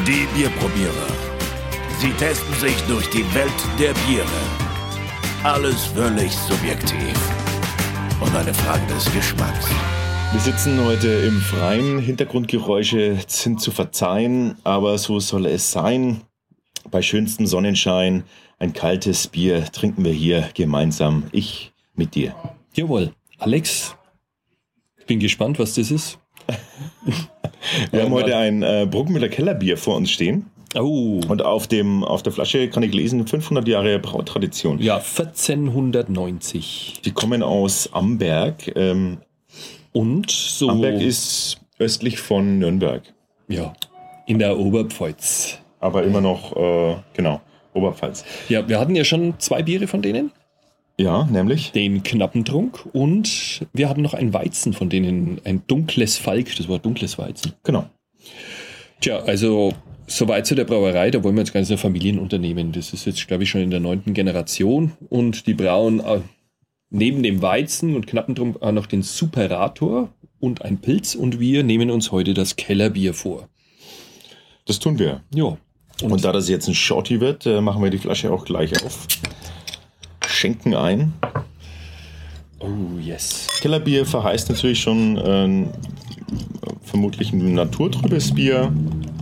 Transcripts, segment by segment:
Die Bierprobierer. Sie testen sich durch die Welt der Biere. Alles völlig subjektiv. Und eine Frage des Geschmacks. Wir sitzen heute im Freien. Hintergrundgeräusche sind zu verzeihen, aber so soll es sein. Bei schönstem Sonnenschein ein kaltes Bier trinken wir hier gemeinsam. Ich mit dir. Jawohl. Alex, ich bin gespannt, was das ist. Wir haben heute ein Bruckmüller Kellerbier vor uns stehen. Oh. Und auf der Flasche kann ich lesen, 500 Jahre Brautradition. Ja, 1490. Die kommen aus Amberg. Und so. Amberg ist östlich von Nürnberg. Ja, in der Oberpfalz. Aber immer noch, genau, Oberpfalz. Ja, wir hatten ja schon 2 Biere von denen. Ja, nämlich? Den Knappentrunk. Und wir hatten noch ein Weizen von denen, ein dunkles Falk. Das war dunkles Weizen. Genau. Tja, also soweit zu der Brauerei. Da wollen wir jetzt ganz ein Familienunternehmen. Das ist jetzt, glaube ich, schon in der 9. Generation. Und die brauen neben dem Weizen und Knappentrunk auch noch den Superator und ein Pilz. Und wir nehmen uns heute das Kellerbier vor. Das tun wir. Ja. Und da das jetzt ein Shorty wird, machen wir die Flasche auch gleich auf. Schenken ein. Oh, yes. Kellerbier verheißt natürlich schon vermutlich ein naturtrübes Bier.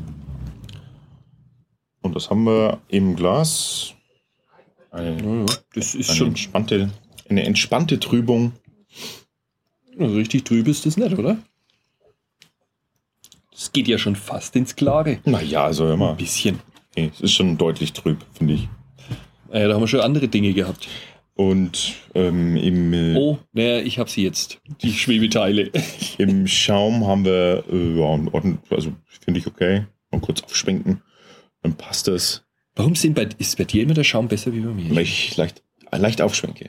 Und das haben wir im Glas. Das ist eine schon entspannte Trübung. Also richtig trüb ist das nicht, oder? Das geht ja schon fast ins Klare. Naja, also immer. Ein bisschen. Nee, es ist schon deutlich trüb, finde ich. Da haben wir schon andere Dinge gehabt. Und ich habe sie jetzt. Die Schwebeteile. Im Schaum haben wir, also finde ich okay. Mal kurz aufschwenken, dann passt das. Warum ist bei dir immer der Schaum besser wie bei mir? Weil ich leicht aufschwenke.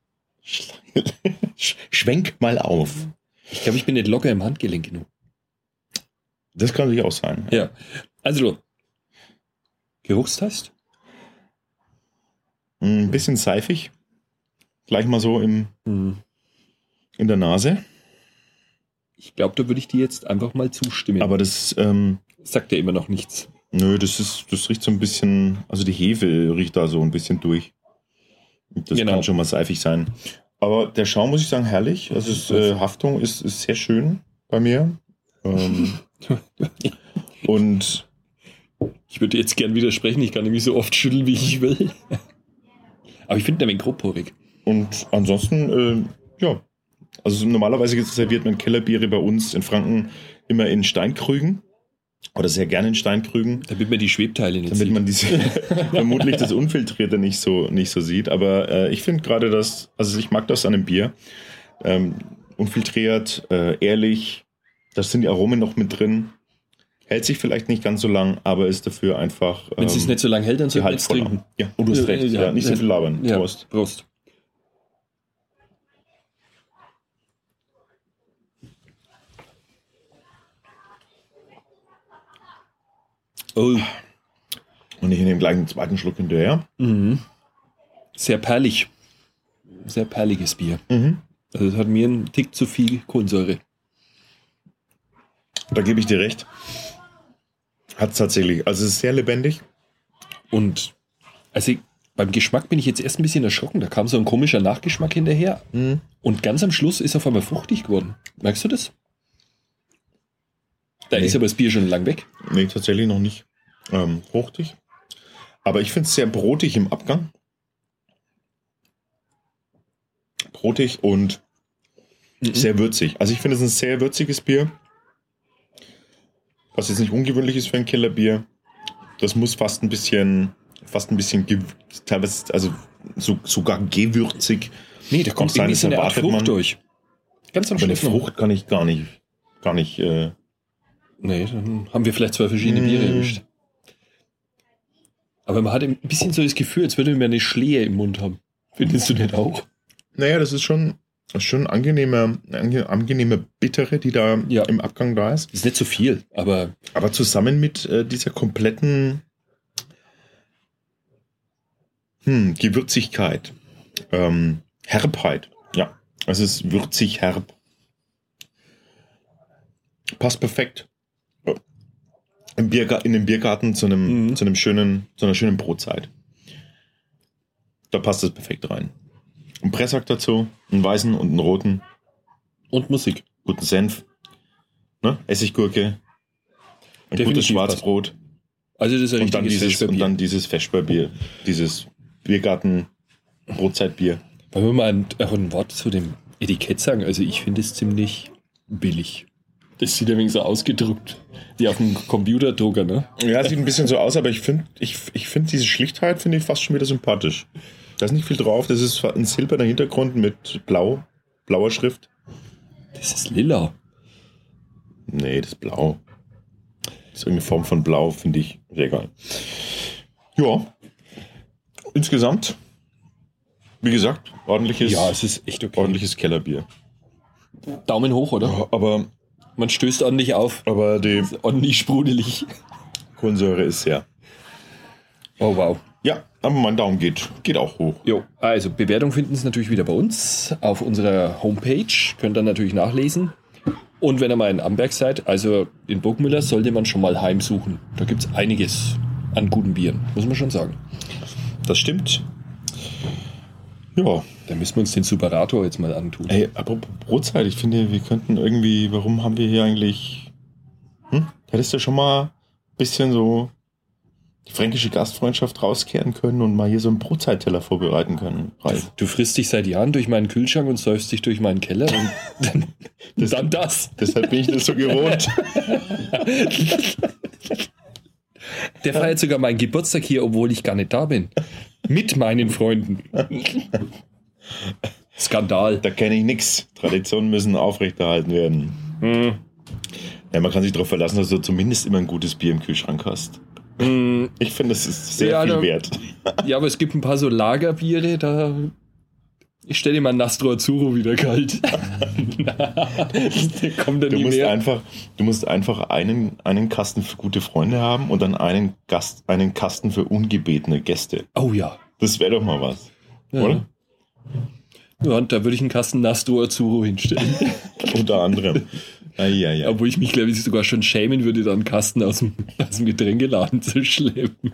Schwenk mal auf. Ich glaube, ich bin nicht locker im Handgelenk genug. Das kann natürlich auch sein. Ja. Also, Geruchstest? Ein bisschen seifig. Gleich mal so in der Nase. Ich glaube, da würde ich dir jetzt einfach mal zustimmen. Aber das sagt ja immer noch nichts. Nö, das riecht so ein bisschen, also die Hefe riecht da so ein bisschen durch. Das kann schon mal seifig sein. Aber der Schaum, muss ich sagen, herrlich. Also Haftung ist sehr schön bei mir. Und ich würde jetzt gern widersprechen, ich kann nämlich so oft schütteln, wie ich will. Aber ich finde der wenig grobporig. Und ansonsten, also normalerweise serviert man Kellerbiere bei uns in Franken immer in Steinkrügen. Oder sehr gerne in Steinkrügen. Damit man die Schwebteile nicht sieht. Damit man vermutlich das Unfiltrierte nicht so sieht. Aber ich finde gerade ich mag das an einem Bier. Unfiltriert, ehrlich, da sind die Aromen noch mit drin. Hält sich vielleicht nicht ganz so lang, aber ist dafür einfach... Wenn es sich nicht so lang hält, dann soll man es trinken. Ja, du hast recht. Ja, nicht so viel labern. Ja, Prost. Prost. Oh. Und ich nehme gleich einen zweiten Schluck hinterher. Mhm. Sehr perlig. Sehr perliges Bier. Mhm. Also es hat mir einen Tick zu viel Kohlensäure. Da gebe ich dir recht. Hat es tatsächlich. Also es ist sehr lebendig. Und also beim Geschmack bin ich jetzt erst ein bisschen erschrocken. Da kam so ein komischer Nachgeschmack hinterher. Mhm. Und ganz am Schluss ist auf einmal fruchtig geworden. Merkst du das? Da ist aber das Bier schon lang weg. Nee, tatsächlich noch nicht. Fruchtig. Aber ich finde es sehr brotig im Abgang. Brotig und sehr würzig. Also ich finde es ein sehr würziges Bier. Was jetzt nicht ungewöhnlich ist für ein Kellerbier. Das muss fast ein bisschen teilweise, also sogar gewürzig. Nee, da kommt irgendwie so eine Art Frucht durch. Ganz am Schluss. Aber eine Frucht kann ich gar nicht. Nee, dann haben wir vielleicht 2 verschiedene Biere erwischt. Aber man hat ein bisschen so das Gefühl, als würde man eine Schlehe im Mund haben. Findest du nicht auch? Naja, das ist schon angenehme Bittere, die da im Abgang da ist. Ist nicht so viel, aber zusammen mit dieser kompletten Gewürzigkeit, Herbheit. Ja, es ist würzig herb. Passt perfekt. in dem Biergarten zu einer schönen Brotzeit. Da passt das perfekt rein. Ein Pressack dazu, einen weißen und einen roten. Und Musik. Guten Senf, ne? Essiggurke, ein Definitiv gutes Schwarzbrot. Also das ist ein richtiges Feschbarbier. Und dann dieses Feschbarbier, dieses Biergarten-Brotzeitbier. Wollen wir mal ein Wort zu dem Etikett sagen? Also ich finde es ziemlich billig. Das sieht ein wenig so ausgedruckt, wie auf einem Computerdrucker, ne? Ja, sieht ein bisschen so aus, aber ich finde diese Schlichtheit finde ich fast schon wieder sympathisch. Da ist nicht viel drauf, das ist ein silberner Hintergrund mit blauer Schrift. Das ist lila. Nee, das ist blau. Das ist irgendeine Form von Blau, finde ich. Sehr egal. Ja. Insgesamt, wie gesagt, ordentliches, Ja, es ist echt okay. ordentliches Kellerbier. Daumen hoch, oder? Ja, aber Man stößt ordentlich auf. die Ist ordentlich sprudelig. Kohlensäure ist sehr. Oh, wow. Ja, aber mein Daumen geht auch hoch. Jo, also Bewertung finden Sie natürlich wieder bei uns auf unserer Homepage. Könnt ihr natürlich nachlesen. Und wenn ihr mal in Amberg seid, also in Burgmüller, sollte man schon mal heimsuchen. Da gibt es einiges an guten Bieren, muss man schon sagen. Das stimmt. Ja. Da müssen wir uns den Superator jetzt mal antun. Ey, apropos Brotzeit, ich finde, wir könnten irgendwie, warum haben wir hier eigentlich, hättest du schon mal ein bisschen so die fränkische Gastfreundschaft rauskehren können und mal hier so einen Brotzeitteller vorbereiten können, Ralf? Du frisst dich seit Jahren durch meinen Kühlschrank und säufst dich durch meinen Keller und dann das. Deshalb bin ich das so gewohnt. Der feiert sogar meinen Geburtstag hier, obwohl ich gar nicht da bin. Mit meinen Freunden. Skandal. Da kenne ich nichts. Traditionen müssen aufrechterhalten werden. Ja, man kann sich darauf verlassen, dass du zumindest immer ein gutes Bier im Kühlschrank hast. Ich finde, das ist sehr viel wert. Ja, aber es gibt ein paar so Lagerbiere, da... Ich stelle dir mal Nastro Azzurro wieder kalt. Der kommt dann nie mehr. Du musst einfach einen Kasten für gute Freunde haben und dann einen Kasten für ungebetene Gäste. Oh ja. Das wäre doch mal was. Ja. Oder? Ja, und da würde ich einen Kasten Nastro Azzurro hinstellen. Unter anderem. Ja. Obwohl ich mich, glaube ich, sogar schon schämen würde, da einen Kasten aus dem Getränkeladen zu schleppen.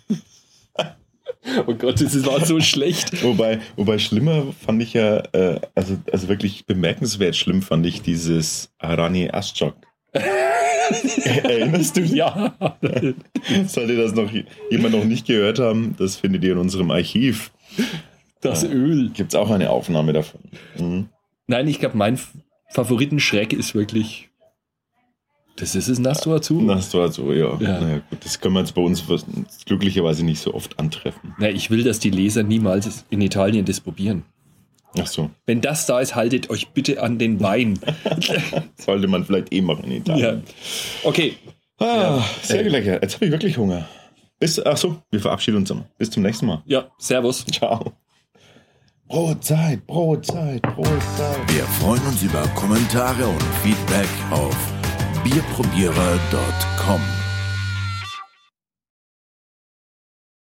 Oh Gott, das war so schlecht. Wobei schlimmer fand ich ja, also wirklich bemerkenswert schlimm fand ich dieses Arani Asjok. Erinnerst du dich? Ja. Sollte das jemand noch nicht gehört haben, das findet ihr in unserem Archiv. Das Öl. Gibt es auch eine Aufnahme davon. Nein, ich glaube, mein Favoritenschreck ist wirklich... Das ist es, Nastro Azzurro? Nastro Azzurro, ja. Naja, gut, das können wir jetzt bei uns glücklicherweise nicht so oft antreffen. Na, ich will, dass die Leser niemals in Italien das probieren. Ach so. Wenn das da ist, haltet euch bitte an den Wein. Sollte man vielleicht machen in Italien. Ja. Okay. Sehr lecker. Jetzt habe ich wirklich Hunger. Wir verabschieden uns. Bis zum nächsten Mal. Ja, servus. Ciao. Brotzeit. Wir freuen uns über Kommentare und Feedback auf bierprobierer.com.